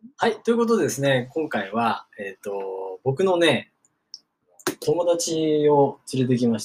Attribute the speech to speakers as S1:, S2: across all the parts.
S1: はい、ということでですね、今回は、僕のね、友達を連れてきました。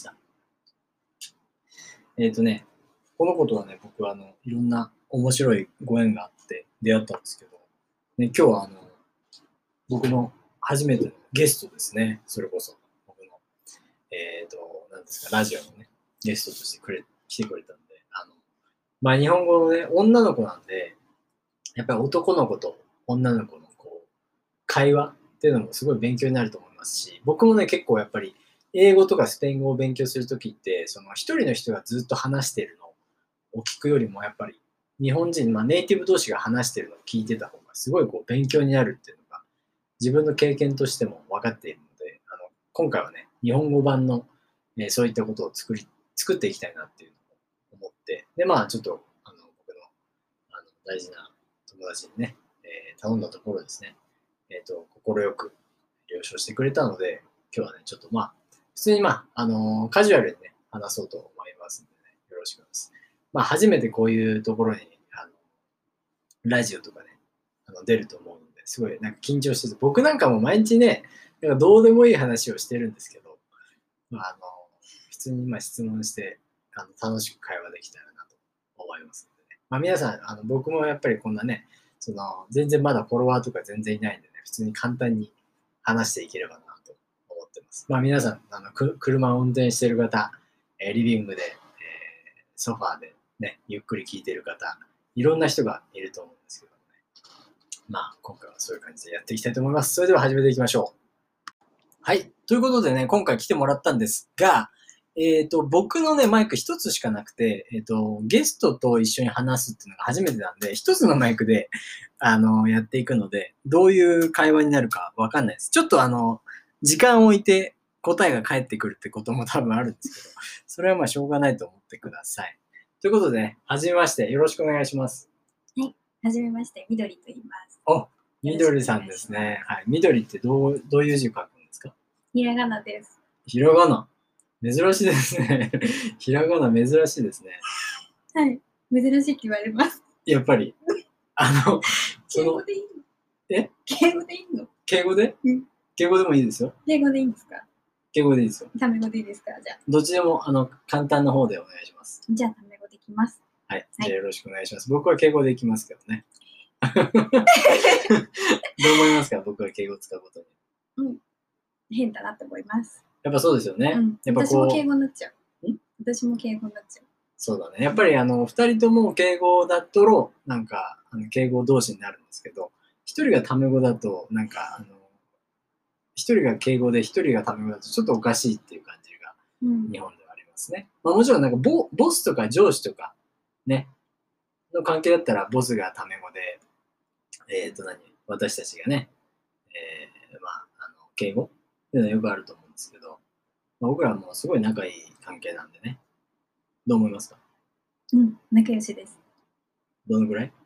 S1: えっ、とね、この子とはね、僕はいろんな面白いご縁があって出会ったんですけど、ね、今日は僕の初めてのゲストですね、それこそ、僕の、なんですか、ラジオのね、ゲストとして来てくれたんで、まあ日本語のね、女の子なんで、やっぱり男の子と女の子のこう、会話っていうのもすごい勉強になると思いますし、僕もね、結構やっぱり英語とかスペイン語を勉強するときって、その一人の人がずっと話しているのを聞くよりも、やっぱり日本人、まあネイティブ同士が話しているのを聞いてた方がすごいこう勉強になるっていうのが自分の経験としても分かっているので、今回はね、日本語版の、そういったことを作っていきたいなっていうのを思って、で、まあちょっと、僕の大事な友達にね、頼んだところですね、快く了承してくれたので、今日はね、ちょっとまあ、普通にまあ、カジュアルにね、話そうと思いますんでね、よろしくです。まあ、初めてこういうところに、ラジオとかね、出ると思うので、すごいなんか緊張してて、僕なんかも毎日ね、なんかどうでもいい話をしてるんですけど、まあ、普通に今質問して、楽しく会話できたらなと思いますのでね。まあ、皆さん、僕もやっぱりこんなね、全然まだフォロワーとか全然いないんでね、普通に簡単に話していければなと思ってます。まあ、皆さん、車を運転している方、リビングで、ソファーでね、ゆっくり聞いている方、いろんな人がいると思うんですけどもね。まあ、今回はそういう感じでやっていきたいと思います。それでは始めていきましょう。はい。ということでね、今回来てもらったんですが、僕のね、マイク一つしかなくて、ゲストと一緒に話すっていうのが初めてなんで、一つのマイクで、やっていくので、どういう会話になるかわかんないです。ちょっと時間を置いて答えが返ってくるってことも多分あるんですけど、それはまあしょうがないと思ってください。ということでね、はじめまして、よろしくお願いします。
S2: はい。はじめまして、みどりと言います。
S1: お、みどりさんですね。はい。みどりってどういう字を書くんですか？
S2: ひらがなです。
S1: ひらがな。珍しいですね。ひらがな珍しいですね。
S2: はい。珍しいって言われます。
S1: やっぱり、
S2: 敬語でいいの？
S1: え
S2: 敬語でいいの？
S1: 敬語で、
S2: うん、
S1: 敬語でもいいですよ。
S2: 敬語でいいんですか？
S1: 敬語でいいですよ。
S2: タメ語でいいですか？じゃあ。
S1: どっちでも、簡単な方でお願いします。
S2: じゃあ、タメ語でいきます。
S1: はい。じゃあよろしくお願いします。僕は敬語でいきますけどね。どう思いますか？僕が敬語を使うことに。
S2: うん。変だなって思います。
S1: やっぱそうですよね。
S2: うん。
S1: やっぱ
S2: 私も敬語になっちゃう。
S1: ん
S2: 私も敬語になっちゃう。
S1: そうだね。やっぱり二人とも敬語だと、なんか、敬語同士になるんですけど、一人がタメ語だと、なんか、一人が敬語で一人がタメ語だとちょっとおかしいっていう感じが日本ではありますね。まあ、もちろんなんかボスとか上司とかね、の関係だったらボスがタメ語で、私たちがね、まあ、敬語っていうのはよくあると思うんですけど、まあ、僕らはもうすごい仲いい関係なんでね。どう思いますか？
S2: うん。仲良しです。
S1: どのぐらい？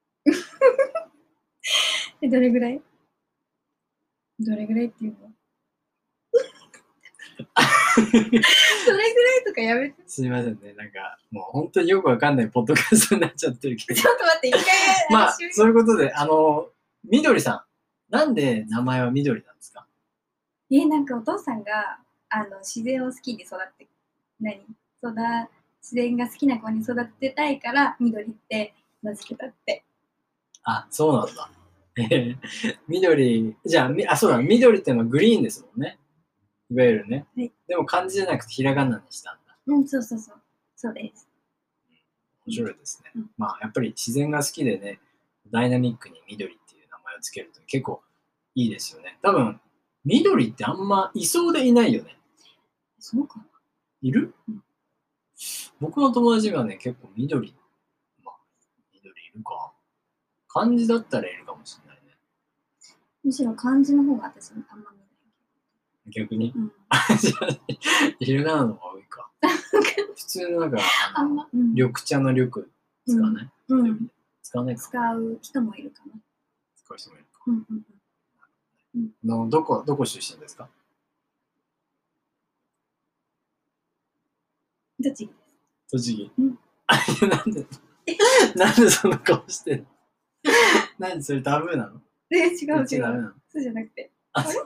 S2: どれぐらい？どれぐらいっていうの？どれぐらいとかやめて。
S1: すみませんね。なんか、もう本当によくわかんないポッドキャストになっちゃってるけど。
S2: ちょっと待って、一回
S1: まあ、そういうことで、みどりさん。なんで名前はみどりなんですか？
S2: なんかお父さんが自然を好きで育って、自然が好きな子に育てたいから緑って名付けたって。
S1: あ、そうなんだ。緑、じゃあ、そうだ、緑ってのはグリーンですもんね。いわゆるね。
S2: はい。
S1: でも漢字じゃなくてひらがなにしたんだ。
S2: うん、そうそうそう。そうです。
S1: 面白いですね。まあ、やっぱり自然が好きでね、ダイナミックに緑っていう名前をつけると結構いいですよね。多分、緑ってあんまいそうでいないよね。
S2: そうかな。
S1: いる？僕の友達がね、結構緑、まあ、緑いるか。漢字だったらいるかもしれないね。
S2: むしろ漢字の方が私あんま見ない。
S1: 逆に、
S2: うん、
S1: ひらがなの方が多いか。普通のなんか、緑茶の緑使わない？
S2: うん。
S1: 使わないか。
S2: 使う人もいるかな。
S1: 使う人もいるか。どこ出身ですか？
S2: 栃木です。
S1: 栃木。
S2: うん、
S1: なんでそんな顔してんの？何それタブーなの？
S2: 違う違う。
S1: 口ダメなの？
S2: そうじゃなくて。
S1: あ、そう。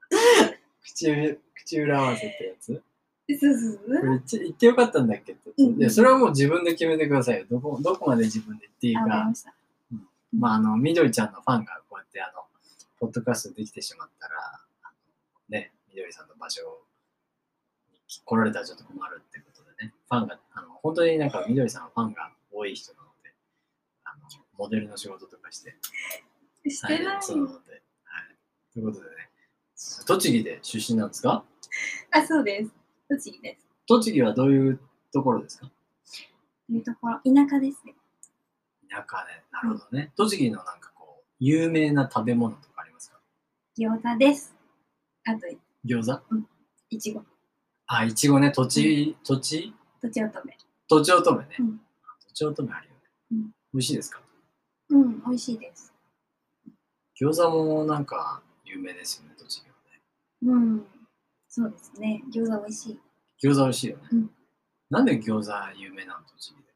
S1: 口裏合わせってやつ？
S2: そう
S1: これ言ってよかったんだっけって。で、それはもう自分で決めてくださいよ。どこまで自分で言っていい
S2: わかり
S1: か。
S2: ました。
S1: まあ、みどりちゃんのファンがこうやってポッドキャストできてしまったら、ね、みどりさんの場所に来られたらちょっと困るってことでね、ファンが、本当になんかみどりさんのファンが多い人なので、モデルの仕事とかして、
S2: してない。
S1: そうなので、はい。ということでね、栃木で出身なんですか？
S2: あ、そうです。栃木です。
S1: 栃木はどういうところですか？
S2: というところ、田舎ですね。
S1: 田舎で、なるほどね。栃木のなんかこう、有名な食べ物とかありますか？
S2: 餃子です。あと、
S1: 餃子？
S2: いちご。
S1: あ、いちごね、とちおとめ。とちおとめね。とちおとめあるよね。美味しいですか？
S2: 美味しいです。
S1: 餃子もなんか有名ですよね、栃木はね。
S2: そうですね。餃子美味しい。
S1: 餃子美味しいよね。なんで餃子有名なの、栃木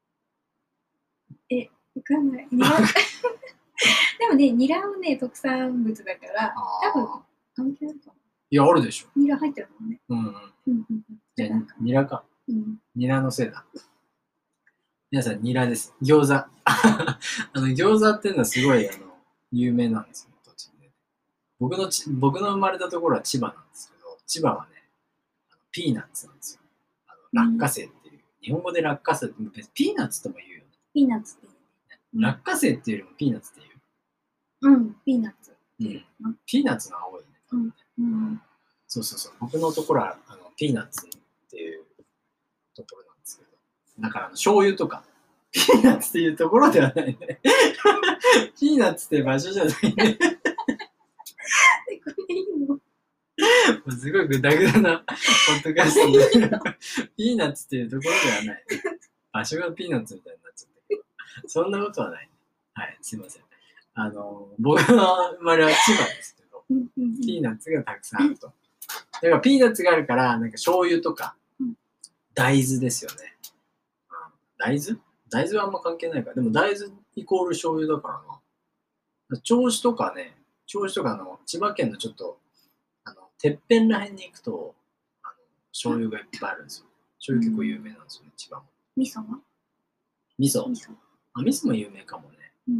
S2: で？わかんない。でもね、ニラもね、特産物だから、多分関係あるかも。
S1: いや、あるでしょ。
S2: ニラ入ってるもんね。
S1: じゃあ、ニラか。ニラのせいだ。皆さん、ニラです。餃子。餃子っていうのはすごい、有名なんですよ、栃木で。僕の生まれたところは千葉なんですけど、千葉はね、ピーナッツなんですよ。落花生っていう。日本語で落花生って、ピーナッツとも言うよね。
S2: ピーナッツって言
S1: う。落花生っていうよりもピーナッツって言う。
S2: ピーナッツ。
S1: ピーナッツの青いね。そうそうそう。僕のところはピーナッツっていうところなんですけど。だから醤油とか、ピーナッツっていうところではないね。ピーナッツって場所じゃないね。
S2: これいいの？
S1: すごいグダグダなポッドキャストで、ピーナッツっていうところではない。場所がピーナッツみたいになっちゃったけど、そんなことはない。はい、すいません。僕の生まれは千葉ですけど、ピーナッツがたくさんあると。だからピーナッツがあるから、なんか醤油とか、大豆ですよね。大豆はあんま関係ないから。でも大豆イコール醤油だからな。銚子とか千葉県のちょっと、てっぺんらへんに行くと、醤油がいっぱいあるんですよ。醤油結構有名なんですよね、千葉も。
S2: 味噌は？
S1: 味噌も有名かもね。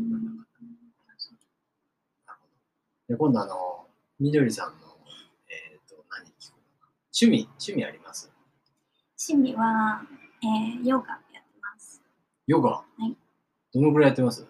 S1: で、今度みどりさんの、何聞くのかな。趣味あります？
S2: 趣味は、ヨガやってます。
S1: ヨガ？はい。どのくらいやってます？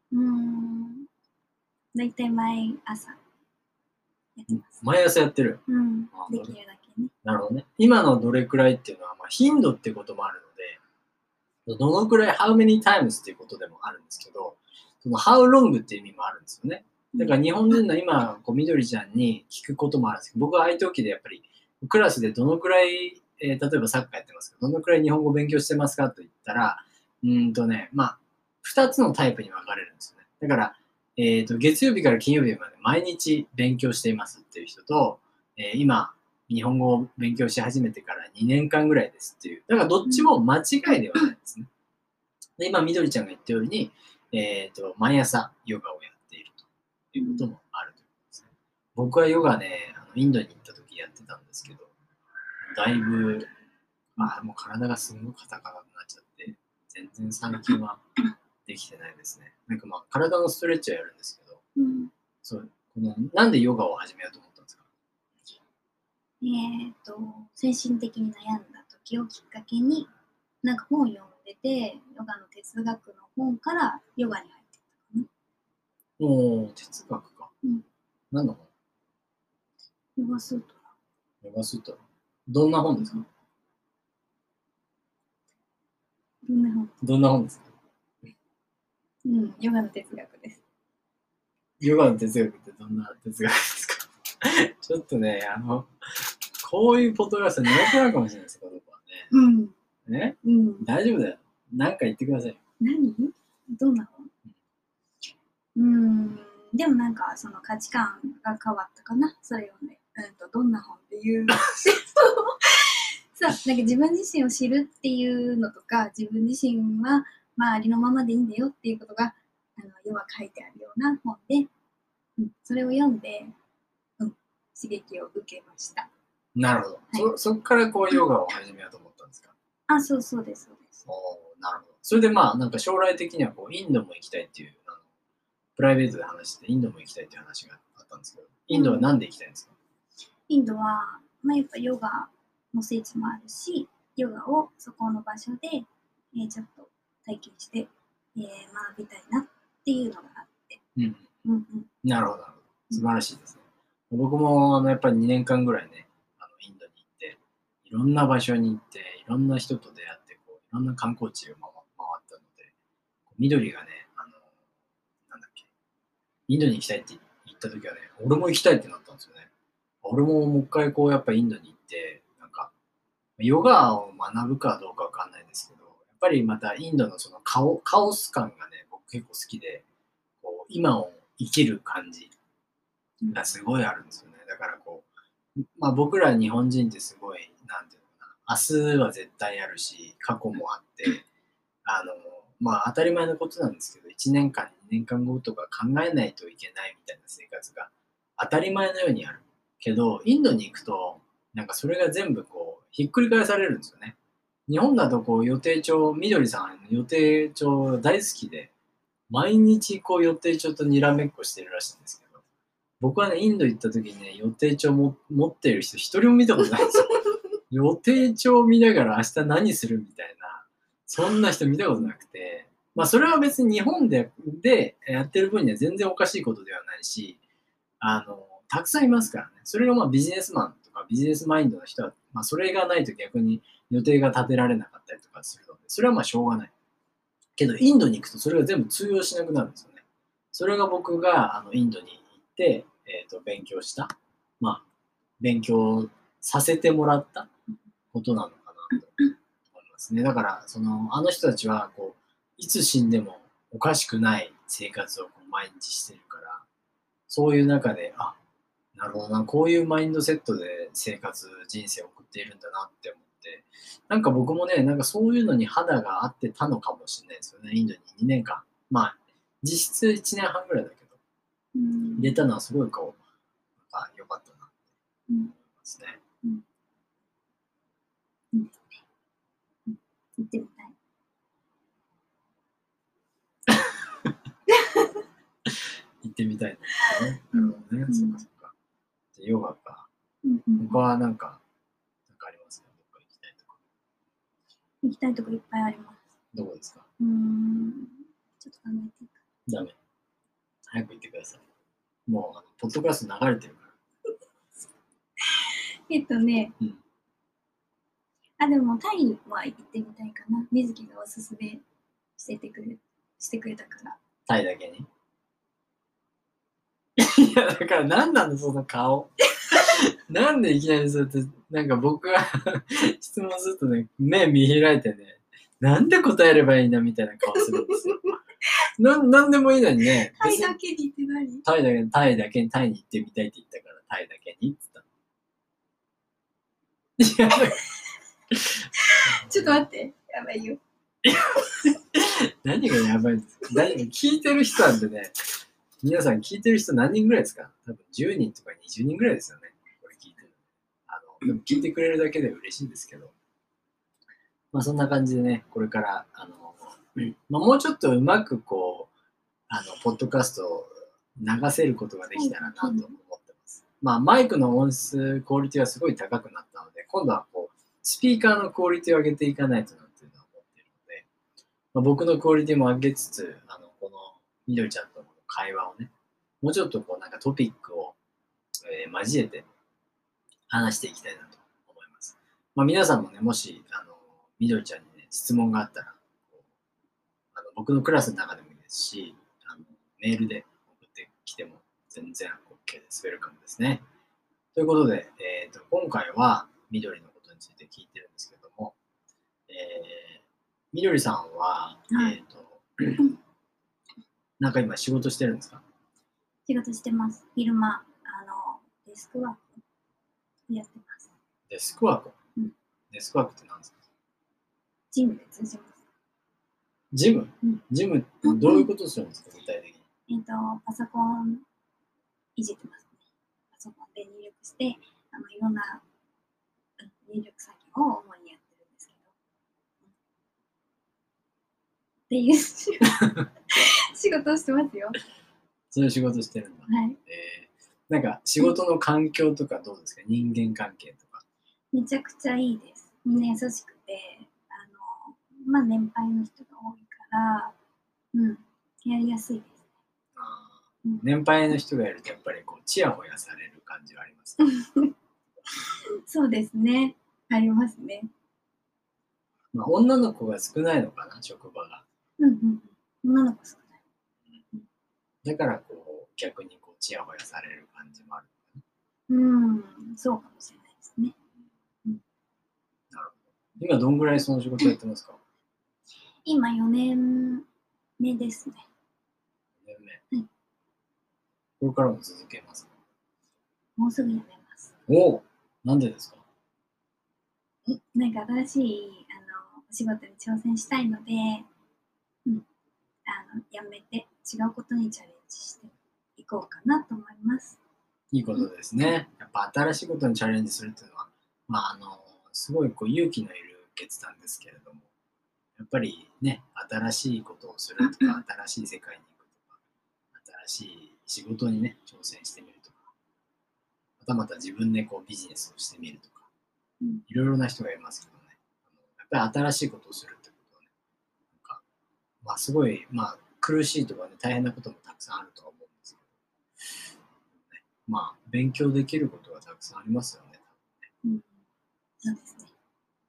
S2: だいたい毎朝やってます。
S1: 毎朝やってる？
S2: できるだけね。
S1: なるほどね。今のどれくらいっていうのは、頻度っていうこともあるので、どのくらい、how many times っていうことでもあるんですけど、その how long っていう意味もあるんですよね。だから日本人の今、みどりちゃんに聞くこともあるんですけど、僕は相手でやっぱり、クラスでどのくらい、例えばサッカーやってますけど、どのくらい日本語勉強してますかと言ったら、2つのタイプに分かれるんですよね。だから、月曜日から金曜日まで毎日勉強していますっていう人と、今、日本語を勉強し始めてから2年間ぐらいですっていう。だからどっちも間違いではないですね。で、今、みどりちゃんが言ったように、毎朝ヨガをやっているということもあるということですね。僕はヨガね、インドに行った時やってたんですけど、だいぶ、もう体がすごく硬くなっちゃって、全然最近はできてないですね。なんか体のストレッチはやるんですけど、なんでヨガを始めようと思ったんですか？
S2: 精神的に悩んだ時をきっかけに、なんか本を読んでて、ヨガの哲学の本からヨガに入ってたかな。
S1: 哲学か。何の本？
S2: ヨガスートラ。
S1: ヨガスートラ。どんな本ですか？どんな本ですか？
S2: ヨガの哲学です。
S1: ヨガの哲学ってどんな哲学ですか？ちょっとね、こういうポッドキャスト苦手なのかもしれないです、この子はね。大丈夫だよ。何か言ってください。
S2: 何？どんな本？でもなんかその価値観が変わったかな、それをね。どんな本っていうそう、なんか自分自身を知るっていうのとか、自分自身はありのままでいいんだよっていうことが要は書いてあるような本で、 それを読んで、刺激を受けました。
S1: なるほど。
S2: はい、
S1: そっからこうヨガを始めようと思ったんですか？
S2: あ、そうです、そうです。
S1: なるほど。それでまあなんか将来的にはこうインドも行きたいっていうプライベートで話してインドも行きたいっていう話があったんですけど、インドはなんで行きたいんですか？
S2: インドは、やっぱヨガの聖地もあるし、ヨガをそこの場所で、ちょっと体験して、学びたいなっていうのがあって。
S1: なるほど、なるほど。素晴らしいですね。僕もやっぱり2年間ぐらいね、インドに行って、いろんな場所に行って、いろんな人と出会って、こういろんな観光地を回ったので、緑がね、なんだっけ、インドに行きたいって言った時はね、俺も行きたいってなったんですよね。俺ももう一回こうやっぱインドに行って、なんか、ヨガを学ぶかどうかわかんないですけど、やっぱりまたインドのそのカオス感がね、僕結構好きで、こう今を生きる感じがすごいあるんですよね。だからこう、僕ら日本人ってすごい、なんていうのかな、明日は絶対あるし、過去もあって、当たり前のことなんですけど、1年間、2年間後とか考えないといけないみたいな生活が当たり前のようにある。けど、インドに行くと、なんかそれが全部こう、ひっくり返されるんですよね。日本だとこう予定帳、みどりさん予定帳大好きで、毎日こう予定帳とにらめっこしてるらしいんですけど、僕はね、インド行った時にね、予定帳も持ってる人一人も見たことないんですよ。予定帳を見ながら明日何するみたいな、そんな人見たことなくて、それは別に日本でやってる分には全然おかしいことではないし、たくさんいますからね。それがビジネスマンとかビジネスマインドの人は、それがないと逆に予定が立てられなかったりとかするので、それはしょうがない。けど、インドに行くとそれが全部通用しなくなるんですよね。それが僕がインドに行って、勉強した、勉強させてもらったことなのかなと思いますね。だから、あの人たちはこう、いつ死んでもおかしくない生活をこう毎日してるから、そういう中で、なるほどな、こういうマインドセットで人生を送っているんだなって思って、なんか僕もね、なんかそういうのに肌が合ってたのかもしれないですよね。インドに2年間。実質1年半ぐらいだけど、入れたのはすごいこう、なんか良かったなって思いますね。
S2: 行ってみたい。
S1: 行ってみたいですね。なるほどね。そっかそっか。ヨガか。他はなんかありますか？どっか行きたいとか。
S2: 行きたいとこいっぱいあります。
S1: どこですか？
S2: ちょっと考えていく。
S1: ダメ。早く行ってください。もう、ポッドキャスト流れてるから。
S2: でもタイは行ってみたいかな。水木がおすすめしてくれたから。
S1: タイだけにいや、だから何なのその顔。なんでいきなりそうやって、なんか僕が質問するとね、目見開いてね、なんで答えればいいんだみたいな顔するんですよ。なんでもいいのにね。
S2: タイだけにって何？
S1: タイだけに、タイに行ってみたいって言ったから、タイだけにって言ったの。いや、
S2: ちょっと待って。やばいよ。
S1: 何がやばいんですか？聞いてる人なんでね、皆さん聞いてる人何人ぐらいですか？多分10人とか20人ぐらいですよね。これ聞いてる。でも聞いてくれるだけで嬉しいんですけど。そんな感じでね、これから、もうちょっとうまくこう、ポッドキャストを流せることができたらなと思ってます。マイクの音質クオリティはすごい高くなったので、今度はこう、スピーカーのクオリティを上げていかないとなっていうのは思っているので、僕のクオリティも上げつつ、このみどりちゃんとの会話をね、もうちょっとこうなんかトピックを、交えて話していきたいなと思います。皆さんもね、もし、みどりちゃんにね、質問があったら、僕のクラスの中でもいいですし、メールで送ってきても全然 OK です。ウェルカムですね。ということで、今回はみどりのことについて聞いてるんですけども、みどりさんは、なんか今仕事してるんですか？
S2: 仕事してます。昼間、デスクワークやってます。
S1: デスクワーク？デスクワークって何ですか？
S2: ジムで通じます。
S1: ジム？ジムってどういうことするんですか？具体的に。
S2: パソコンいじってますね。パソコンで入力して、いろんな入力作業を主にやってるんですけど。っていう仕事をしてますよ。
S1: そういう仕事してるんだ。
S2: はい。
S1: なんか仕事の環境とかどうですか？人間関係とか。
S2: めちゃくちゃいいです。みんな優しくて、まあ年配の人が多いから、やりやすいです。
S1: 年配の人がいるとやっぱりこうチヤホヤされる感じはありますね。
S2: そうですね。ありますね。
S1: まあ、女の子が少ないのかな、職場が。
S2: 女の子少ない。
S1: だからこう逆にこうチヤホヤされる感じもあるのか
S2: そうかもしれないですね。
S1: な。なるほど。今どんぐらいその仕事やってますか
S2: 今4年目ですね。
S1: ？4年目。これからも続けますか？
S2: もうすぐ辞めます。
S1: おお、なんでですか？
S2: なんか新しいお仕事に挑戦したいので、辞めて違うことにチャレンジしていこうかなと思います。
S1: いいことですね。やっぱ新しいことにチャレンジするっていうのは、まあすごいこう勇気のいる決断ですけれども、やっぱりね、新しいことをするとか、新しい世界に行くとか、新しい仕事にね、挑戦してみるとか、またまた自分でこうビジネスをしてみるとか、いろいろな人がいますけどね、やっぱり新しいことをするってことはね、なんか、まあすごい、まあ苦しいとかね、大変なこともたくさんあるとは思うんですけど、まあ勉強できることがたくさんありますよね。
S2: そうですね。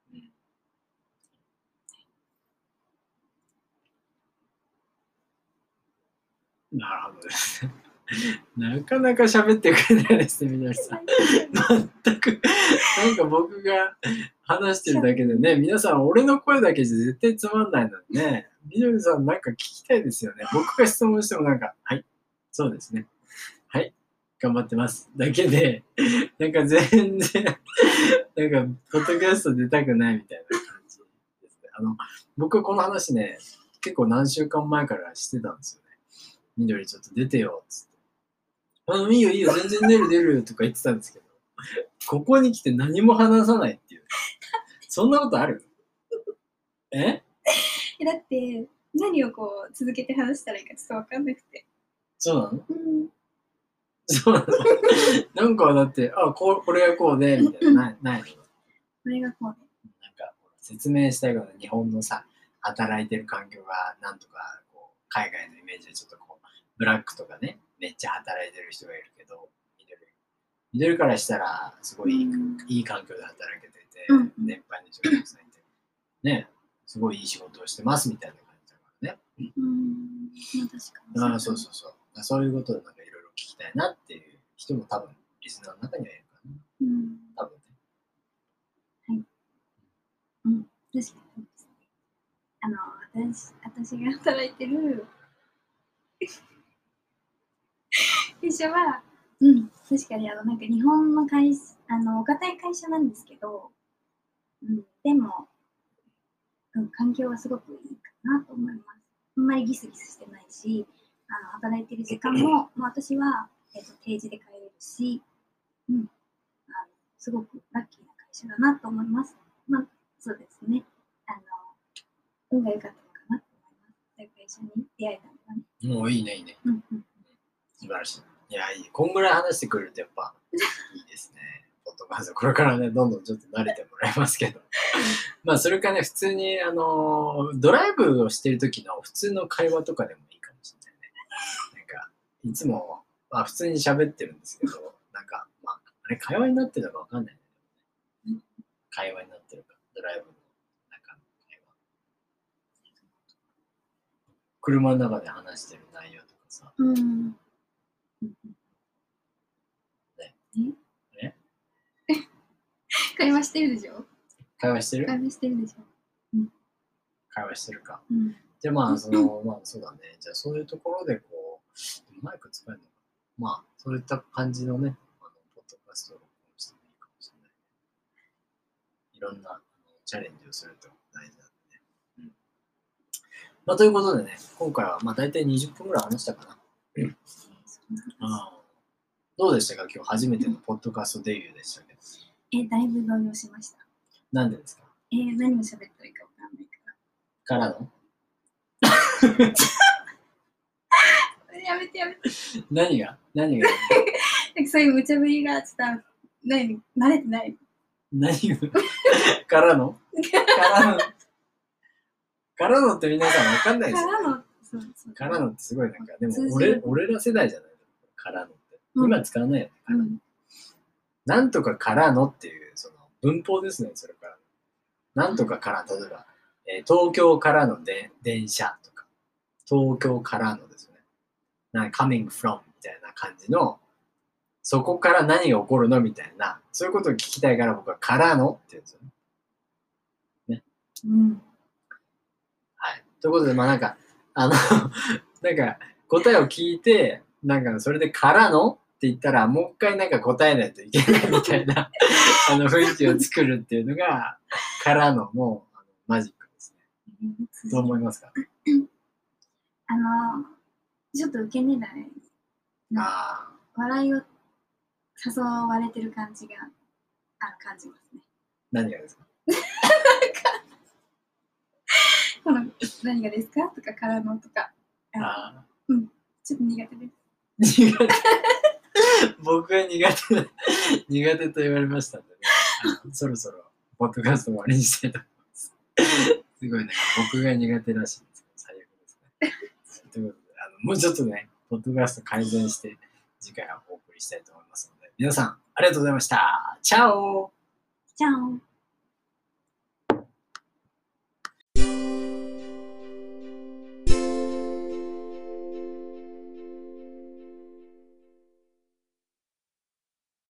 S1: なるほどですね。なかなか喋ってくれないですね、みどりさん。全く、なんか僕が話してるだけでね、皆さん俺の声だけじゃ絶対つまんないのにね、みどりさんなんか聞きたいですよね。僕が質問してもなんか、はい、そうですね。はい、頑張ってます。だけで、なんか全然、なんか、ポッドキャスト出たくないみたいな感じですね。僕この話ね、結構何週間前からしてたんですよね。みどりちょっと出てよ、つって。いいよいいよ、全然出るとか言ってたんですけど、ここに来て何も話さないっていう。そんなことある？え？
S2: だって、何をこう続けて話したらいいかちょっとわかんなくて。
S1: そうなの？そうなの？なんかだって、これがこうで、みたいな、ないの？
S2: これがこうで。
S1: なんか、説明したいから日本のさ、働いてる環境がなんとか、こう、海外のイメージでちょっとこう、ブラックとかね、めっちゃ働いてる人がいるけど、見てるからしたら、すごいいい環境で働けてて、年配の人がたくさんいて、ね、すごいいい仕事をしてますみたいな感じだからね。
S2: まあ確かに。
S1: そうそうそう。そういうことでなんかいろいろ聞きたいなっていう人も多分、リスナーの中にはいるかな。多分ね。
S2: はい。確かにそうですね。私が働いてる会社は、確かになんか日本のお堅い会社なんですけど、でも、環境はすごくいいかなと思います。あんまりギスギスしてないし、働いてる時間も、私は、定時で帰れるし、すごくラッキーな会社だなと思います。まあ、そうですね。運が良かったのかなと思います。そういう会社に出会えたのはね。
S1: もういいね、いいね。素晴らしい。いや、いい。こんぐらい話してくれるとやっぱいいですね。ポッドキャストこれからね、どんどんちょっと慣れてもらいますけど。まあ、それかね、普通に、ドライブをしてる時の普通の会話とかでもいいかもしれないね。なんか、いつも、まあ、普通に喋ってるんですけど、なんか、まあ、あれ、会話になってるのかわかんないね。会話になってるか、ドライブの中の会話。車の中で話してる内容とかさ。ね。
S2: 会話してるでしょ？
S1: 会話してる？
S2: 会話してるでしょ？
S1: 会話してるか。で、まあ、そうだね。じゃあ、そういうところで、こう、マイク使えるのかな。まあ、そういった感じのね、ポッドキャストを録音してもいいかもしれない。いろんなチャレンジをするってことが大事なんでね。まあ、ということでね、今回は、まあ、大体20分ぐらい話したかな。 どうでしたか今日初めてのポッドキャストデビューでしたけど。
S2: だいぶ動揺しました。
S1: なんでですか
S2: 何を喋ったらいいかわかんないか
S1: からの
S2: ら。やめて。
S1: 何が
S2: なんかそういう無茶ぶりがちょっと、慣れてない。
S1: 何がからのからのって皆さんわかんないですよ、ね。
S2: からの、そう。
S1: からのってすごいなんか、でも
S2: 通じる
S1: 俺ら世代じゃないからのって。今使わないよね。からのなんとかからのっていうその文法ですね、それから。なんとかから、例えば、東京からの電車とか、東京からのですよね。なんか coming from みたいな感じの、そこから何が起こるのみたいな、そういうことを聞きたいから僕はからのって言うんですよね。ね。はい。ということで、まあなんか、なんか答えを聞いて、なんかそれでからのって言ったら、もう一回なんか答えないといけないみたいな雰囲気を作るっていうのが、からのマジックですね。どう思いますか？
S2: ちょっと受け狙い。笑いを誘われてる感じが感じますね。
S1: 何がですか？
S2: 何がですかとかからのとか。ちょっと苦手です。
S1: 僕が苦手と言われましたんでね。そろそろポッドキャスト終わりにしたいと思います。すごいね、僕が苦手らしいんですけど、最悪ですね。ということで、もうちょっとね、ポッドキャスト改善して、次回はお送りしたいと思いますので、皆さん、ありがとうございました。チャオ。
S2: チャオ。